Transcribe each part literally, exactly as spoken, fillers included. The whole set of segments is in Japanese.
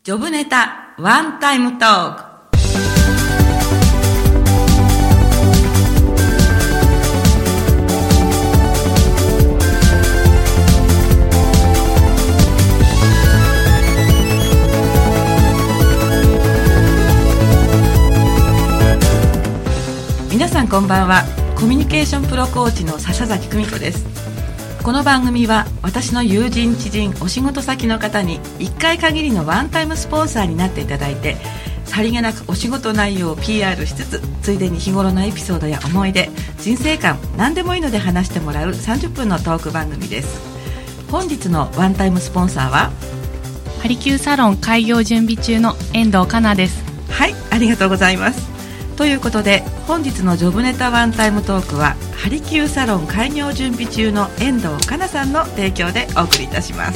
ジョブネタワンタイムトーク。皆さんこんばんは。コミュニケーションプロコーチの笹崎久美子です。この番組は私の友人知人お仕事先の方にいっかい限りのワンタイムスポンサーになっていただいて、さりげなくお仕事内容を ピーアール しつつ、ついでに日頃のエピソードや思い出、人生観、何でもいいので話してもらうさんじゅっぷんのトーク番組です。本日のワンタイムスポンサーはハリキューサロン開業準備中の遠藤香奈です。 はい、ありがとうございます。ということで本日のジョブネタワンタイムトークはハリキューサロン開業準備中の遠藤香奈さんの提供でお送りいたします。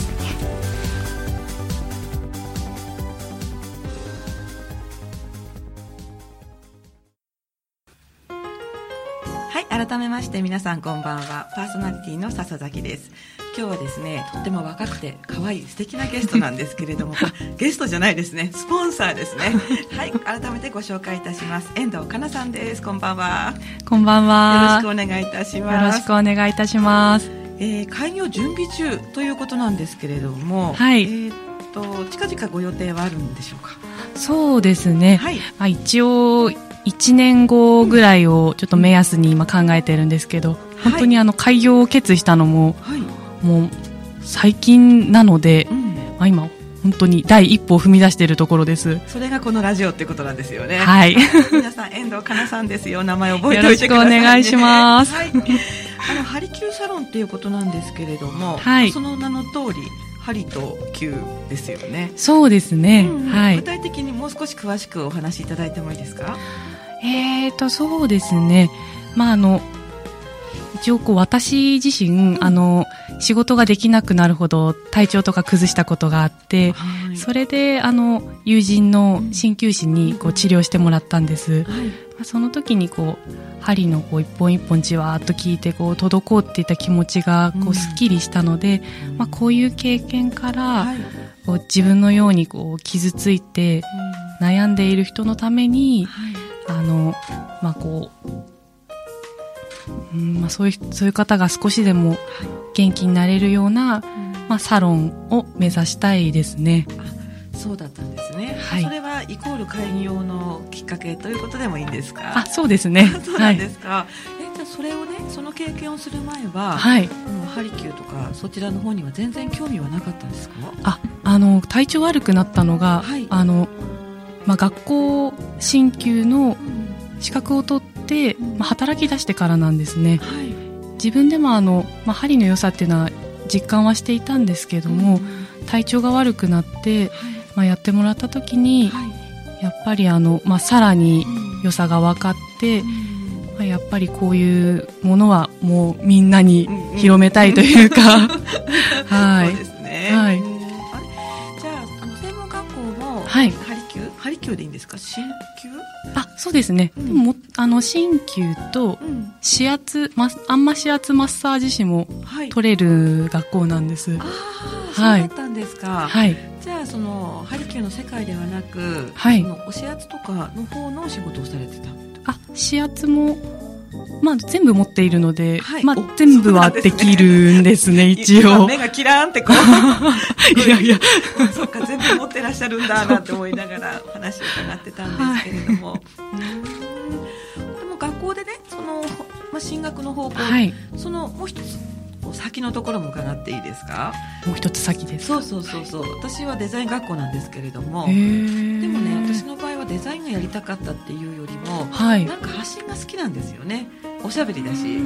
はい、改めまして皆さんこんばんは。パーソナリティの笹崎です。今日はですね、とっても若くて可愛い素敵なゲストなんですけれどもゲストじゃないですね、スポンサーですね。はい、改めてご紹介いたします。遠藤香奈さんです。こんばんは。 こんばんは。 よろしくお願いいたします。 よろしくお願いいたします。 えー、開業準備中ということなんですけれども、 はい、 えー、っと近々ご予定はあるんでしょうか。 そうですね、 はい、 まあ、一応いちねんごぐらいをちょっと目安に今考えてるんですけど、うん、本当にあの開業を決意したのも、はい、もう最近なので、うん、まあ、今本当に第一歩を踏み出しているところです。 それがこのラジオってことなんですよね。 はい。 皆さん遠藤香奈さんですよ。名前覚えておいてくださいね。 よろしくお願いします。 はい、あのハリキューサロンっていうことなんですけれども、 はい、 その名の通りハリとキューですよね。 そうですね、うん、はい、 具体的にもう少し詳しくお話しいただいてもいいですか。 えーとそうですね、まああの一応こう私自身、うん、あの仕事ができなくなるほど体調とか崩したことがあって、はい、それであの友人の鍼灸師にこう治療してもらったんです、うん、はい、まあ、その時にこう針のこう一本一本じわーっと効いてこう滞っていた気持ちがこうすっきりしたので、うん、まあ、こういう経験から、はい、こう自分のようにこう傷ついて悩んでいる人のために、はい、あのまあこううん、まあ、そういう、そういう方が少しでも元気になれるような、うん、まあ、サロンを目指したいですね。 あ、そうだったんですね、 はい、 それはイコール開業のきっかけということでもいいんですか。 あ、そうですね。 そうなんですか、はい、えじゃあそれをね、その経験をする前は、 はい、 うん、ハリキューとかそちらの方には全然興味はなかったんですか。 あ、あの体調悪くなったのが、はい、あのまあ、学校鍼灸の資格を取って、うん、まあ、働き出してからなんですね、はい、自分でもあの、まあ、針の良さっていうのは実感はしていたんですけども、うん、体調が悪くなって、はい、まあ、やってもらった時に、はい、やっぱりあの、まあ、さらに良さが分かって、うん、まあ、やっぱりこういうものはもうみんなに広めたいというか、うんうん、はい、 そうですね、 はい、 うん、あれじゃあ、あの専門学校も、 はい、 ハリキューハリキューでいいんですか。鍼灸。 あ、そうですね、うん、でもあの鍼灸と指圧、うん、あんま指圧マッサージ師も取れる学校なんです、はい、 ああ、そうだったんですか、 はい、 じゃあそのハリキューの世界ではなく、 はい、 そのお指圧とかの方の仕事をされてた。 あ、指圧も、まあ、全部持っているので、はい、まあ、全部はできるんですね、一応。 目がキラーンってこういやいやそっか、全部持ってらっしゃるんだなって思いながら話を伺ってたんですけれども、はい、うーん、でも学校でね、その、まあ、進学の方向、はい、そのもう一つ先のところも伺っていいですか。 もう一つ先です。 そうそうそうそう、私はデザイン学校なんですけれども、でもね、私の場合はデザインがやりたかったっていうよりも、はい、なんか発信が好きなんですよね。おしゃべりだし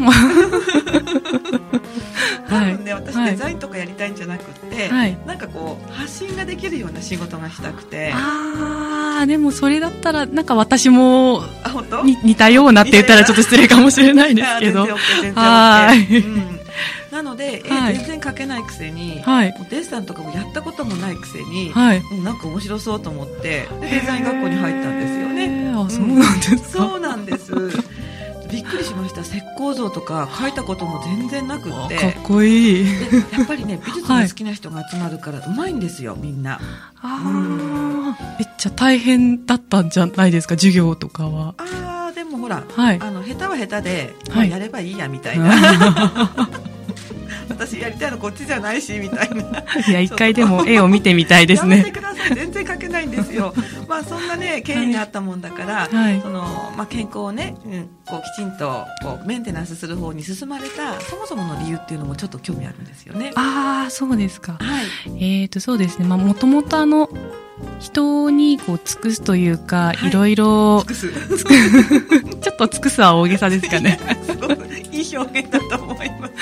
多分ね、私デザインとかやりたいんじゃなくって、はい、なんかこう発信ができるような仕事がしたくて。 あー、でもそれだったらなんか私もあ、本当？ に似たようなって言ったらちょっと失礼かもしれないですけど、 全然 OK、全然 OK、はい、うん、なので、え、はい、全然描けないくせに、はい、もうデッサンとかもやったこともないくせに、はい、もうなんか面白そうと思ってでデザイン学校に入ったんですよね。 あ、そうなんですか、うん、 そうなんですびっくりしました。石膏像とか描いたことも全然なくって。 かっこいい。 でやっぱりね、美術が好きな人が集まるからうまいんですよ、みんな。 あ、うん、 ちゃ大変だったんじゃないですか、授業とかは。 ああ、でもほら、 はい、 あの下手は下手で、 はい、 やればいいやみたいな私やりたいのこっちじゃないしみたいないや、一回でも絵を見てみたいですね。 やめてください、全然描けないんですよまあそんなね経緯があったもんだから、はい、そのまあ、健康をね、うん、こうきちんとこうメンテナンスする方に進まれたそもそもの理由っていうのもちょっと興味あるんですよね。 ああ、そうですか。 はい、 えーとそうですね、まあ、もともとあの人にこう尽くすというか、はい、いろいろ尽くすちょっと尽くすは大げさですかねすごくいい表現だと思います、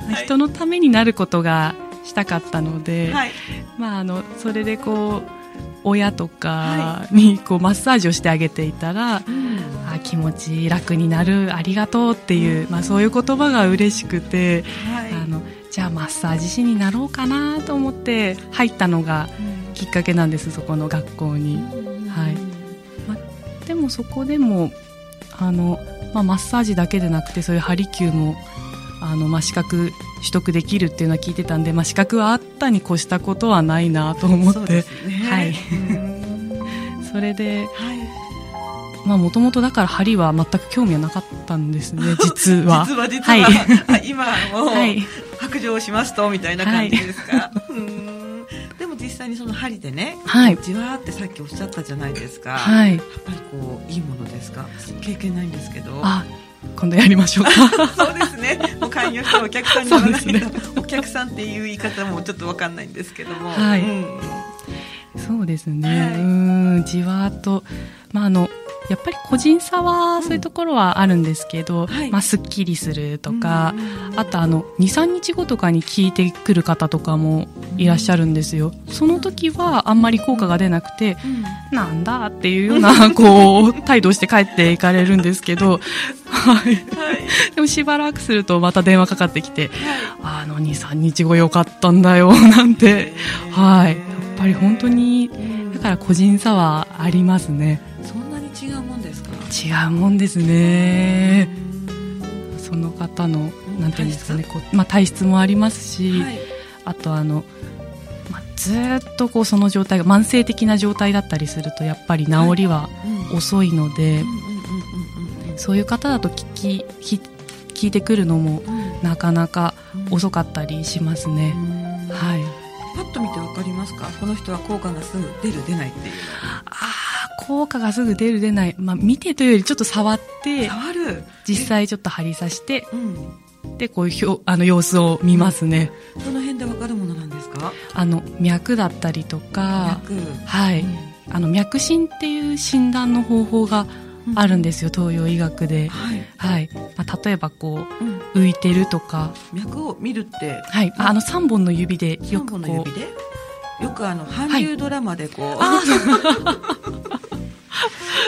はい、人のためになることがしたかったので、 はい、 まあ、あのそれでこう親とかにこうマッサージをしてあげていたら、はい、あ、気持ち楽になる、ありがとうっていう、まあ、そういう言葉が嬉しくて、はい、あのじゃあマッサージ師になろうかなと思って入ったのがきっかけなんです、そこの学校に。はい、まあ、でもそこでもあの、まあ、マッサージだけでなくてそういうハリキューもあの、まあ、資格取得できるっていうのは聞いてたんで、まあ、資格はあったに越したことはないなと思って、ね、はい、それで、まあ、もともとだから針は全く興味はなかったんですね、実は実は実は、はい、今も白状しますとみたいな感じですか、はい、うーん、でも実際にその針でね、はい、じわーってさっきおっしゃったじゃないですか、はい、やっぱりこういいものですか？経験ないんですけど。あ、 今度やりましょうかそうですね、もう勧誘してお客さんに言わないと、ね、お客さんっていう言い方もちょっと分かんないんですけども、 はい、 うん、 そうですね、はい、うーん、じわーっと、まあ、あのやっぱり個人差はそういうところはあるんですけど、うん、まあ、すっきりするとか、うん、あとあの にさんにちごとかに聞いてくる方とかもいらっしゃるんですよ。その時はあんまり効果が出なくて、うん、なんだっていうようなこう態度をして帰っていかれるんですけどはい、はい、でもしばらくするとまた電話かかってきて、はい、あの にさんにちごよかったんだよなんて、はい、やっぱり本当にだから個人差はありますね。 違うもんですか？ 違うもんですね。その方のなんていうんですかね、こう、まあ、体質もありますし、はい、あとあの、まあ、ずっとこうその状態が慢性的な状態だったりするとやっぱり治りは遅いので、そういう方だと聞き聞いてくるのもなかなか遅かったりしますね。はい、 パッと見てわかりますか？この人は効果がすぐ出る出ないっていう。 あ、効果がすぐ出る出ない、まあ、見てというよりちょっと触って触る実際ちょっと針刺して、うん、でこういうあの様子を見ますね。 どの辺でわかるものなんですか？ あの脈だったりとか、 脈、 はい、うん、あの脈診っていう診断の方法があるんですよ、東洋医学で、はいはい、まあ、例えばこう、うん、浮いてるとか脈を見るって、 はい、あのさんぼんの指でよくこうさんぼんの指でよくあの韓流ドラマでこう、 はい、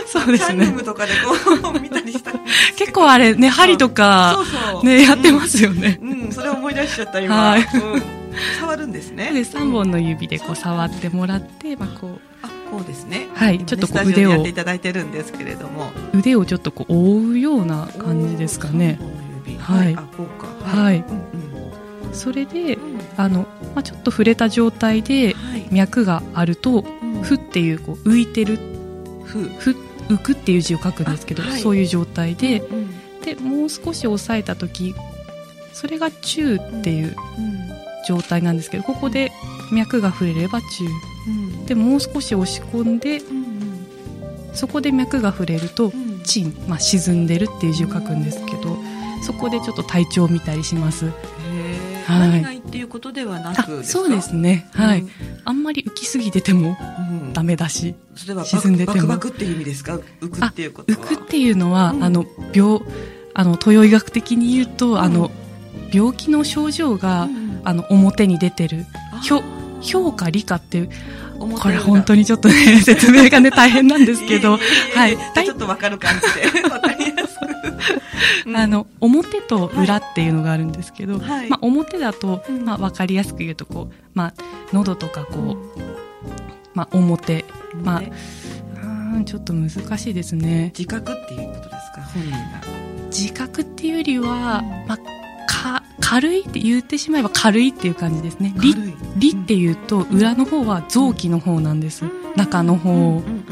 そうですね、 チャンネルとかでこう見たりした結構あれね、針とか、 そうそう、 ね、やってますよね、 うんうん、それを思い出しちゃった今、はい、うん、触るんですね。 でさんぼんの指でこう触ってもらって、まあ、こうあ、こうですね、 はい、ちょっとこう腕をスタジオでやっていただいてるんですけれども、 腕をちょっとこう覆うような感じですかね。 はい、あ、こうか、 はい、うんうん、それで、うん、あのまあ、ちょっと触れた状態で脈があると、うん、ふっていう、こう浮いてる、 ふふ浮くっていう字を書くんですけど、はい、そういう状態で、 うん、 でもう少し押さえた時、それが中っていう状態なんですけど、ここで脈が触れれば中、うん、でもう少し押し込んで、うんうん、そこで脈が触れると沈、まあ、沈んでるっていう字を書くんですけど、そこでちょっと体調を見たりします。 はい、ないっていうことではなくですか？ そうですね、はい、うん、あんまり浮きすぎててもダメだし、 うん、それは沈んでてもバクバクっていう意味ですか？浮くっていうことは、 浮くっていうのは、うん、あの病あの東洋医学的に言うと、うん、あの病気の症状が、うん、あの表に出てる、評価理科っていう、これ本当にちょっとね説明がね大変なんですけど、 はい、ちょっとわかる感じでわかりやすくうん、あの表と裏っていうのがあるんですけど、はい、まあ、表だと、 うん、 まあ、分かりやすく言うとこう、まあ、喉とかこう、うん、まあ、表、まあ、うん、ちょっと難しいですね。 自覚っていうことですか？本人が自覚っていうよりは、うん、まあ、か軽いって言ってしまえば軽いっていう感じですね。理、理っていうと裏の方は臓器の方なんです、うん、中の方、うんうんうん、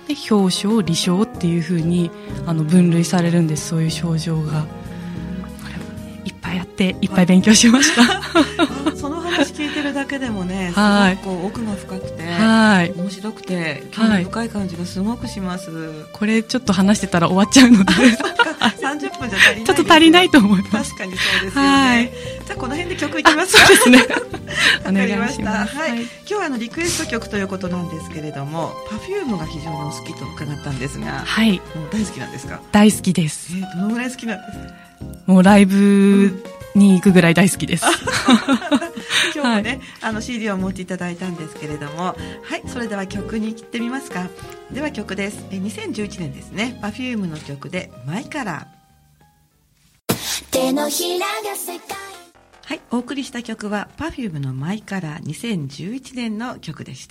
で氷症、離症っていう風にあの分類されるんです。そういう症状がいっぱいあっていっぱい勉強しましたその話聞いてるだけでもね、 はい、 すごくこう奥が深くて、 はい、 面白くて興味深い感じがすごくします、はい、 これちょっと話してたら終わっちゃうのでさんじゅっぷんじゃ足りないです。 ちょっと足りないと思います。 確かにそうですよね、はい、じゃあこの辺で曲いきますか。 そうですねわかりました。はい、はい、今日はあのリクエスト曲ということなんですけれども、 パフューム が非常にお好きと伺ったんですが、 はい、 もう大好きなんですか。 大好きです。 えー、どのぐらい好きなんですか。 もうライブに行くぐらい大好きです、うん、 今日もね、はい、あの シーディー をお持ちいただいたんですけれども、はい、それでは曲に切ってみますか。では曲です。えにせんじゅういちねんですね、 パフューム の曲でマイカラー。手のひらが世界。はい、お送りした曲は パフューム のマイカラー、にせんじゅういちねんの曲でした。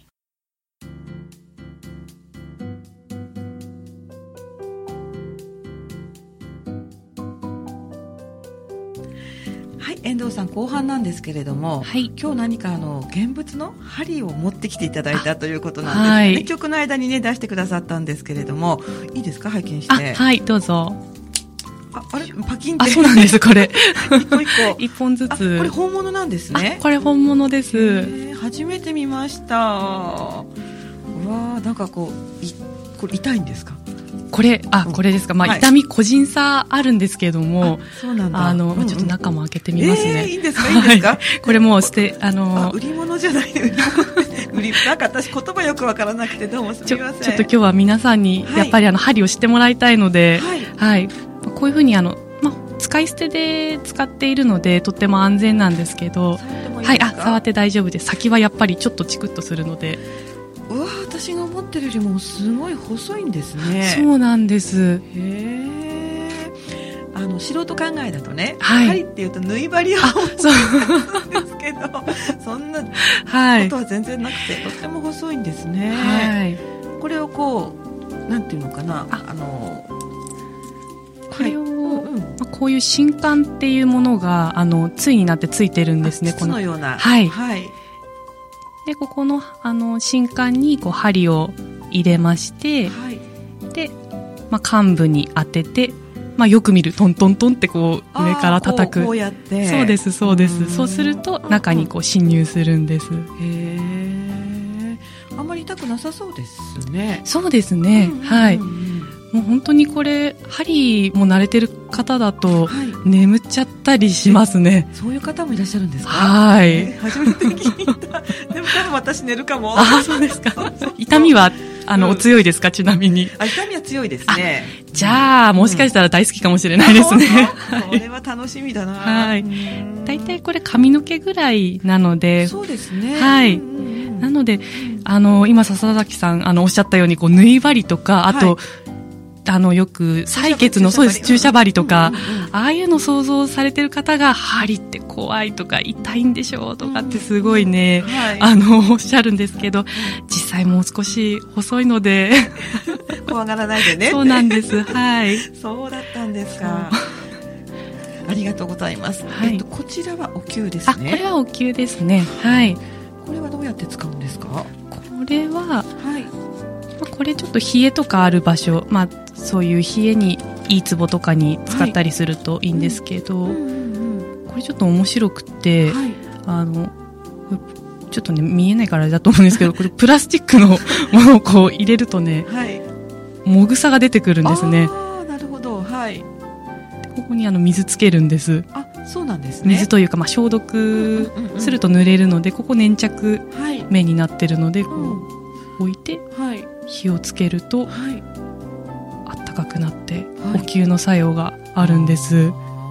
はい、遠藤さん、後半なんですけれども、はい、今日何かあの現物の針を持ってきていただいたということなんですね、はい、曲の間にね出してくださったんですけれども、いいですか、拝見して。 はい、どうぞ。 あ、あれパキンって。 あ、そうなんです、これ一個一個一本ずつ。 これ本物なんですね。 これ本物です。 えー、初めて見ました。うわー、なんかこういこれ痛いんですか。 これ、あ、これですか。まあ、はい、痛み個人差あるんですけれども、 あ、そうなんだ。 あの、うんうん、ちょっと中も開けてみますね。 えー、いいんですか、いいんですか。はい、 これもう捨て、あのー、売り物じゃない。売り、なんか私言葉よくわからなくて、どうもすみません。 ちょ、ちょっと今日は皆さんに、やっぱりあの、針を知ってもらいたいので、はい。はい、こういうふうにあの、まあ、使い捨てで使っているので、とっても安全なんですけど、はい、あ、触って大丈夫です。先はやっぱりちょっとチクッとするので。 うわ、私が思ってるよりもすごい細いんですね。 そうなんです。 へえ。あの素人考えだとね、 はい、 針っていうと縫い針を思うんですけど、そんなことは全然なくて、とっても細いんですね。はい、これをこうなんていうのかな、あ、あのこれを、はい、うん、まあ、こういう芯管っていうものがあの対になってついてるんですね。 筒のような。 はい。 はい。 でここのあの芯管にこう針を入れまして、はい、で、まあ、幹部に当てて、まあ、よく見るトントントンってこう上から叩く。 こう、こうやって。 そうですそうです。そうすると中にこう侵入するんです。へえ。あんまり痛くなさそうですね。 そうですね。うんうんうん、はい。もう本当にこれ針も慣れてる方だと眠っちゃったりしますね。 そういう方もいらっしゃるんですか。 はい、 えー、初めて聞いた。でも多分私寝るかも。 あ、そうですか。痛みはあの、うん、お強いですか、ちなみに。 あ、痛みは強いですね。 じゃあもしかしたら大好きかもしれないですね。 うん、これは楽しみだな。 はい。だいたいこれ髪の毛ぐらいなので。 そうですね。 はい。なのであの今笹崎さんあのおっしゃったようにこう縫い針とか、あと、はい、あのよく採血のそうです注射針とか、うんうんうん、ああいうの想像されてる方が針って怖いとか痛いんでしょうとかってすごいね、うんはい、あのおっしゃるんですけど、実際もう少し細いので怖がらないでね。 そうなんです。はい。 そうだったんですか。ありがとうございます。はい、えっとこちらはお灸ですね。 あ、これはお灸ですね。はい。 これはどうやって使うんですか。これは、はい。これちょっと冷えとかある場所、まあ、そういう冷えにいいツボとかに使ったりするといいんですけど、はい、うんうんうん、これちょっと面白くて、はい、あのちょっとね見えないからあれだと思うんですけど、これプラスチックのものをこう入れるとね、はい、もぐさが出てくるんですね。 あ、なるほど、はい。 ここにあの水つけるんです。 あ、そうなんですね。 水というか、まあ、消毒すると濡れるので、ここ粘着面になってるので、こう置いて、はい、火をつけると、はい、あったかくなって、はい、お灸の作用があるんです。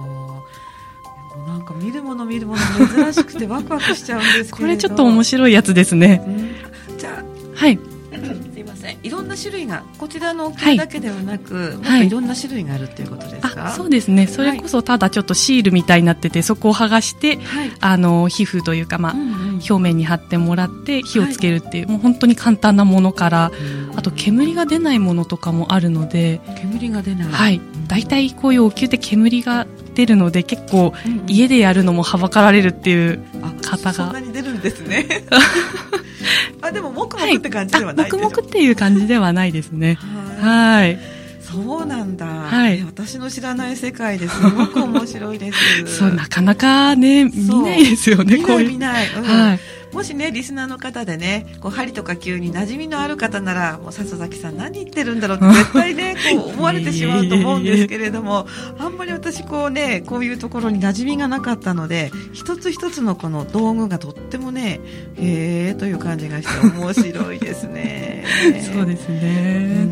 なんか見るもの見るもの珍しくてワクワクしちゃうんですけれどこれちょっと面白いやつですね。 うん、じゃあ、 はい、 すいません、いろんな種類がこちらのお灸だけではなく、はい、いろんな種類があるっていうことですか。 あ、そうですね。それこそただちょっとシールみたいになってて、そこを剥がして、はい、あの皮膚というか、まあうんうん、表面に貼ってもらって火をつけるっていう、はい、もう本当に簡単なものから、あと煙が出ないものとかもあるので。 煙が出ない。 はい。だいたいこういうお灸って煙が出るので、結構家でやるのもはばかられるっていう方が、 そんなに出るんですね。 あ、でも黙々って感じではないでしょ、 はい、黙々っていう感じではないですね。はい。 そうなんだ、 はい、 私の知らない世界ですごく面白いですそう、なかなかね見ないですよね。 見ない見ない、うん、 はい、 もしねリスナーの方でねこう針とか球に馴染みのある方ならもう笹崎さん何言ってるんだろうって絶対ねこう思われてしまうと思うんですけれどもあんまり私こうねこういうところに馴染みがなかったので一つ一つのこの道具がとってもねへーという感じがして面白いですねそうですね。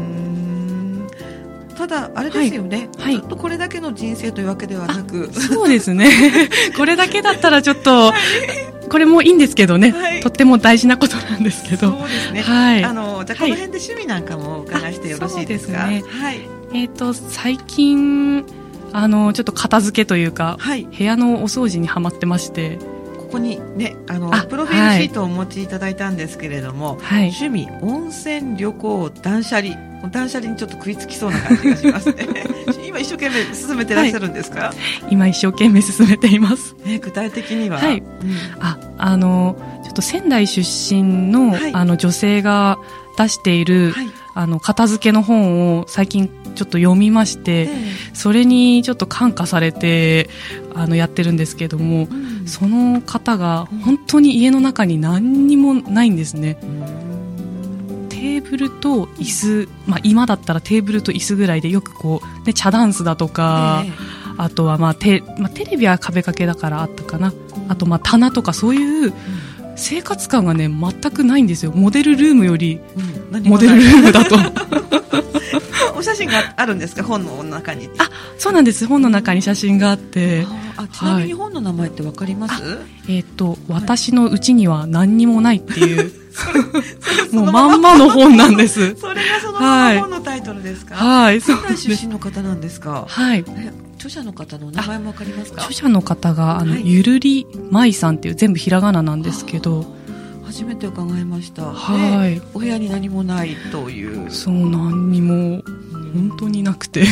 ただあれですよね、 はい、 ずっとこれだけの人生というわけではなくそうですねこれだけだったらちょっとこれもいいんですけどね、はい、とっても大事なことなんですけど。 そうですね、 はい、 あのじゃあこの辺で趣味なんかもお伺いしてよろしいですか。 そうですね、 はい、 えーと最近あのちょっと片付けというか、はい、部屋のお掃除にハマってまして、 ここにねあのあプロフィールシートをお持ちいただいたんですけれども、はい、趣味温泉旅行断捨離断捨離にちょっと食いつきそうな感じがしますね今一生懸命進めてらっしゃるんですか。はい、 今一生懸命進めています、 ね、具体的には、 はい、うん、ああのちょっと仙台出身 の,、はい、あの女性が出している、はい、あの片付けの本を最近ちょっと読みまして、えー、それにちょっと感化されてあのやってるんですけども、うん、その方が本当に家の中に何にもないんですね。テーブルと椅子、まあ、今だったらテーブルと椅子ぐらいでよくこう、ね、茶ダンスだとか、えー、あとは、まあ テ, まあ、テレビは壁掛けだからあったかな、うん、あとまあ棚とかそういう生活感がね全くないんですよ。モデルルームより、うん、モデルルームだとお写真があるんですか本の中に。 あ、そうなんです。本の中に写真があって、 ああちなみに本の名前ってわかります？はい、 えー、と私のうちには何にもないっていうもうまんまの本なんです。 それがそのまま本のタイトルですか？ はい、 仙台出身の方なんですか？ はい。 著者の方の名前もわかりますか？ 著者の方があの、はい、ゆるりまいさんっていう全部ひらがななんですけど、 初めて伺いました。 はい。 お部屋に何もないという。 そう、何にも本当になくて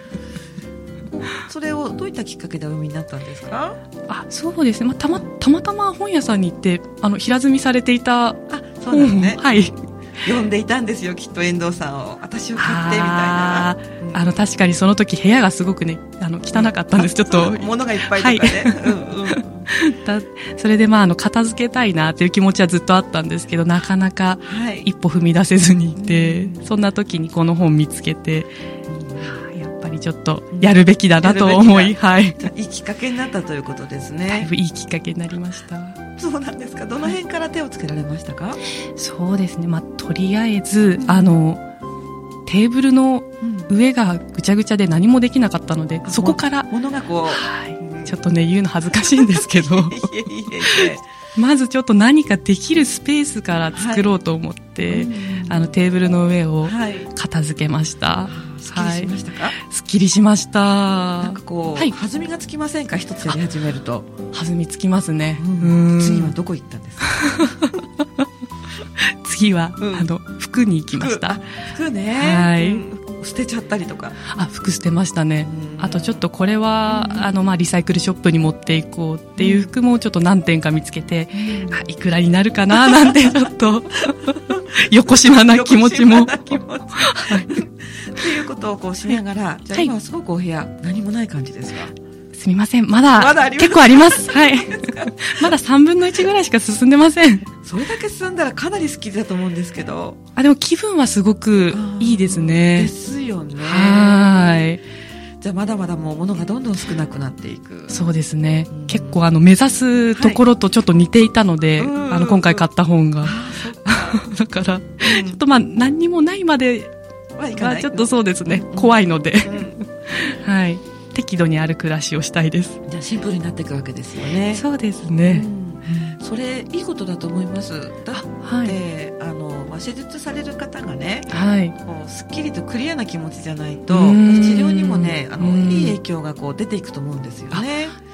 それをどういったきっかけでお読みになったんですか？ あ、そうですね、まあ、たま、たまたま本屋さんに行ってあの平積みされていた。 あ、そうなんですね、 はい、 読んでいたんですよきっと遠藤さんを私を買ってみたいな。 あ、うん、あの確かにその時部屋がすごくねあの汚かったんです。ちょっと物がいっぱいとかね、はい、うんうんだそれで、まあ、あの片付けたいなという気持ちはずっとあったんですけどなかなか一歩踏み出せずにいて、はい、そんな時にこの本見つけて、うん、やっぱりちょっとやるべきだなと思い、はい、 いいきっかけになったということですね。 だいぶいいきっかけになりました。 そうなんですか。どの辺から手をつけられましたか？はい、 そうですね、まあ、とりあえず、うん、あのテーブルの上がぐちゃぐちゃで何もできなかったので、うん、そこから物がこう、 はい、ちょっとね言うの恥ずかしいんですけどいえいえいえまずちょっと何かできるスペースから作ろうと思って、はい、あのテーブルの上を片付けました。はい、 すっきりしましたか？はい、 すっきりしました。 なんかこう、はい、弾みがつきませんか？一つやり始めると弾みつきますね。 うん、うん次はどこ行ったんですか？ 次は、うん、あの服に行きました。 服、服ね、 はい、 うん、捨てちゃったりとか。 あ、服捨てましたね。あとちょっとこれは、うん、あのまあリサイクルショップに持っていこうっていう服もちょっと何点か見つけて、うん、あいくらになるかななんてちょっとよこしまな気持ちも気持ち、はい、っていうことをこうしながら、じゃあ今はすごくお部屋、はい、何もない感じですか？ すみません、まだ、まだ結構あります。はい。まださんぶんのいちぐらいしか進んでません。 それだけ進んだらかなり好きだと思うんですけど。 あ、でも気分はすごくいいですね。 ですよね。 はい。 じゃあまだまだもう物がどんどん少なくなっていく。 そうですね。うん、結構あの目指すところとちょっと似ていたので、はい、あの今回買った本が。だから、うん、ちょっとまあ何にもないまではちょっとそうですね、うん、怖いので、うん、はい。適度にある暮らしをしたいです。 じゃあシンプルになっていくわけですよね。 そうですね、 うん、それいいことだと思います。だって、はい、あのまあ、手術される方がね、はい、こうすっきりとクリアな気持ちじゃないと治療にもねあのいい影響がこう出ていくと思うんですよね。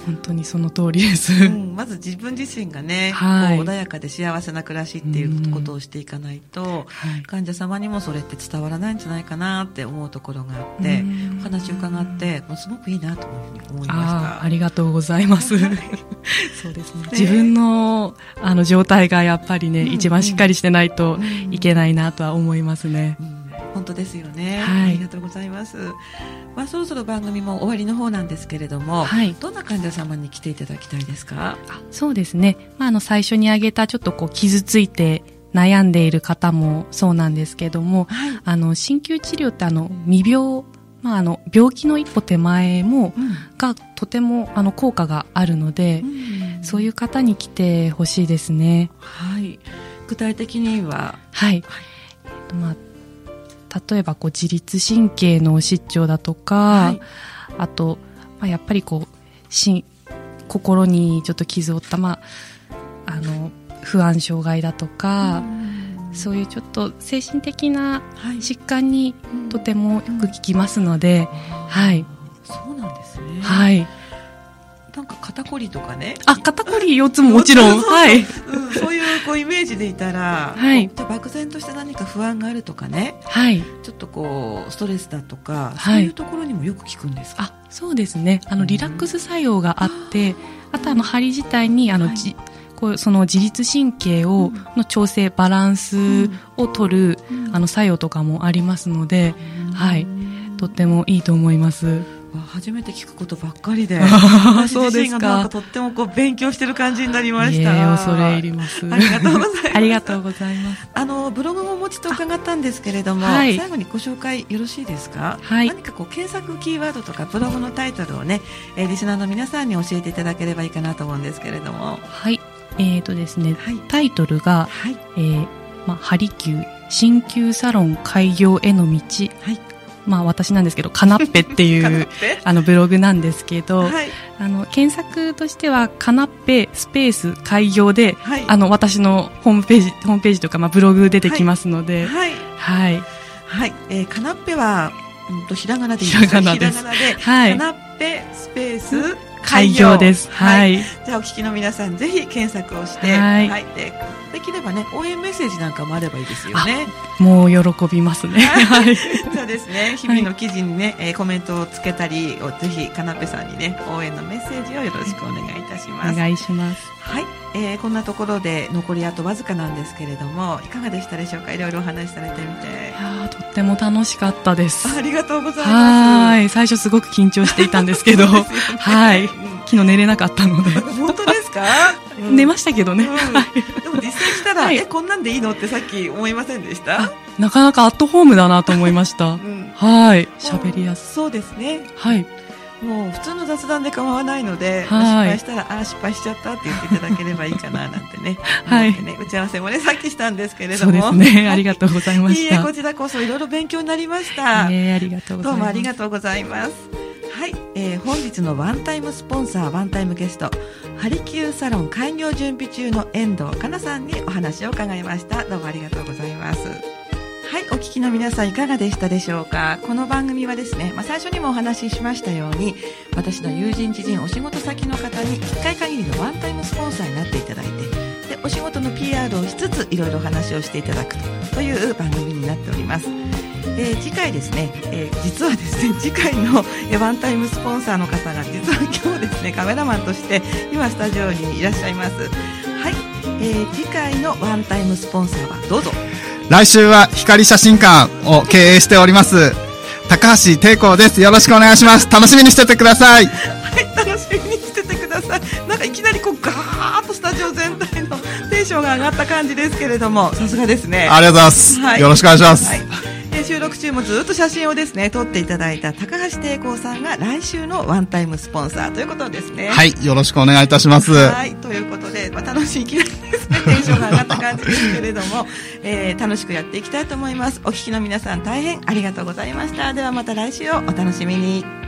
本当にその通りです、 うん、まず自分自身がね、 はい、 こう穏やかで幸せな暮らしっていうことをしていかないと、はい、患者様にもそれって伝わらないんじゃないかなって思うところがあって、お話を伺ってもうすごくいいなというふうに思いました。 あ, ありがとうございますそうですね、自分のあの状態がやっぱりね、うん、一番しっかりしてないといけないなとは思いますね、うんうん、 本当ですよね、 はい、 ありがとうございます。まあ、そろそろ番組も終わりの方なんですけれども、はい、どんな患者様に来ていただきたいですか？ あ、そうですね、まあ、あの最初に挙げたちょっとこう傷ついて悩んでいる方もそうなんですけども、はい、あの鍼灸治療ってあの未病、まあ、あの病気の一歩手前も、うん、がとてもあの効果があるので、うん、そういう方に来てほしいですね。 はい、具体的には、 はい、えっとまあ例えばこう自律神経の失調だとか、はい、あと、まあ、やっぱりこうし心にちょっと傷を負った、まあ、あの不安障害だとか、そういうちょっと精神的な疾患にとてもよく効きますので、はい、 そうなんですね。 はい、 なんか肩こりとかね、 あ、肩こりよっつももちろんはい、 うん、そういうこうイメージでいたら、はい、じゃ漠然として何か不安があるとかね、はい、ちょっとこうストレスだとか、はい、そういうところにもよく効くんですか？ あ、そうですね、あのリラックス作用があって、うん、あとあの針自体にあの、はい、じこうその自律神経を、うん、の調整バランスを取る、うん、あの作用とかもありますので、うん、はい、とってもいいと思います。 初めて聞くことばっかりで私自身がなんかとってもこう勉強してる感じになりました。 いえ、恐れ入ります。 ありがとうございますありがとうございます。 あのブログもお持ちと伺ったんですけれども、はい、最後にご紹介よろしいですか？はい、何かこう検索キーワードとかブログのタイトルをね、えー、リスナーの皆さんに教えていただければいいかなと思うんですけれども。 はい、えーとですね、はい、タイトルが、はい、えーまあ、ハリキュー鍼灸サロン開業への道、はい、まあ、私なんですけどカナッペっていうあのブログなんですけど、はい、あの検索としてはカナッペスペース開業で、はい、あの私のホームページホームページとか、まあ、ブログ出てきますので、はいはいはい、えー、カナッペは、うん、とひらがなでいいですか？ひらがなです。ひらがなで、はい、カナッペスペース開業です。はい。 じゃあお聞きの皆さんぜひ検索をして、はい。はい、で, できればね応援メッセージなんかもあればいいですよね。 もう喜びますね。はい。 そうですね。日々の記事にね、はい、コメントをつけたり、ぜひかなぺさんにね応援のメッセージをよろしくお願いいたします。 お願いします。 はい、えー、こんなところで残りあとわずかなんですけれども、いかがでしたでしょうか？いろいろお話しされてみて。 いやとっても楽しかったです。 ありがとうございます。 はい。最初すごく緊張していたんですけど、ね、はい。昨日寝れなかったので。 本当ですか？ うん、寝ましたけどね。うん、 でも実際来たら、はい、えこんなんでいいのってさっき思いませんでした？ なかなかアットホームだなと思いました。うん、はい。喋りやすい。 そうですね。 はい。 もう普通の雑談で構わないので、はい、失敗したらあ失敗しちゃったって言っていただければいいかななんてね、はい、思ってね、打ち合わせもねさっきしたんですけれども、 そうですね、ありがとうございました。 いいえ、こちらこそいろいろ勉強になりました。 いいえ、ありがとうございます。 どうもありがとうございます。はい、えー、本日のワンタイムスポンサーワンタイムゲスト、ハリキューサロン開業準備中の遠藤かなさんにお話を伺いました。どうもありがとうございます。はい、お聞きの皆さんいかがでしたでしょうか？この番組はですね、まあ、最初にもお話ししましたように、私の友人知人お仕事先の方にいっかい限りのワンタイムスポンサーになっていただいて、でお仕事の ピーアール をしつついろいろ話をしていただくという番組になっております。えー、次回ですね、えー、実はですね次回のワンタイムスポンサーの方が実は今日ですねカメラマンとして今スタジオにいらっしゃいます。はい、えー、次回のワンタイムスポンサーはどうぞ。 来週は光写真館を経営しております高橋貞子です。よろしくお願いします。楽しみにしててください。 はい、楽しみにしててください。なんかいきなりこうガーッとスタジオ全体のテンションが上がった感じですけれども、さすがですね。 ありがとうございます、はい、よろしくお願いします。はい、 えー、収録中もずっと写真をですね撮っていただいた高橋貞子さんが来週のワンタイムスポンサーということですね。 はい、よろしくお願いいたします。 はい、ということで、まあ、楽しいいきなりですねテンションが上がった感じですけれども、えー、楽しくやっていきたいと思います。お聞きの皆さん大変ありがとうございました。ではまた来週をお楽しみに。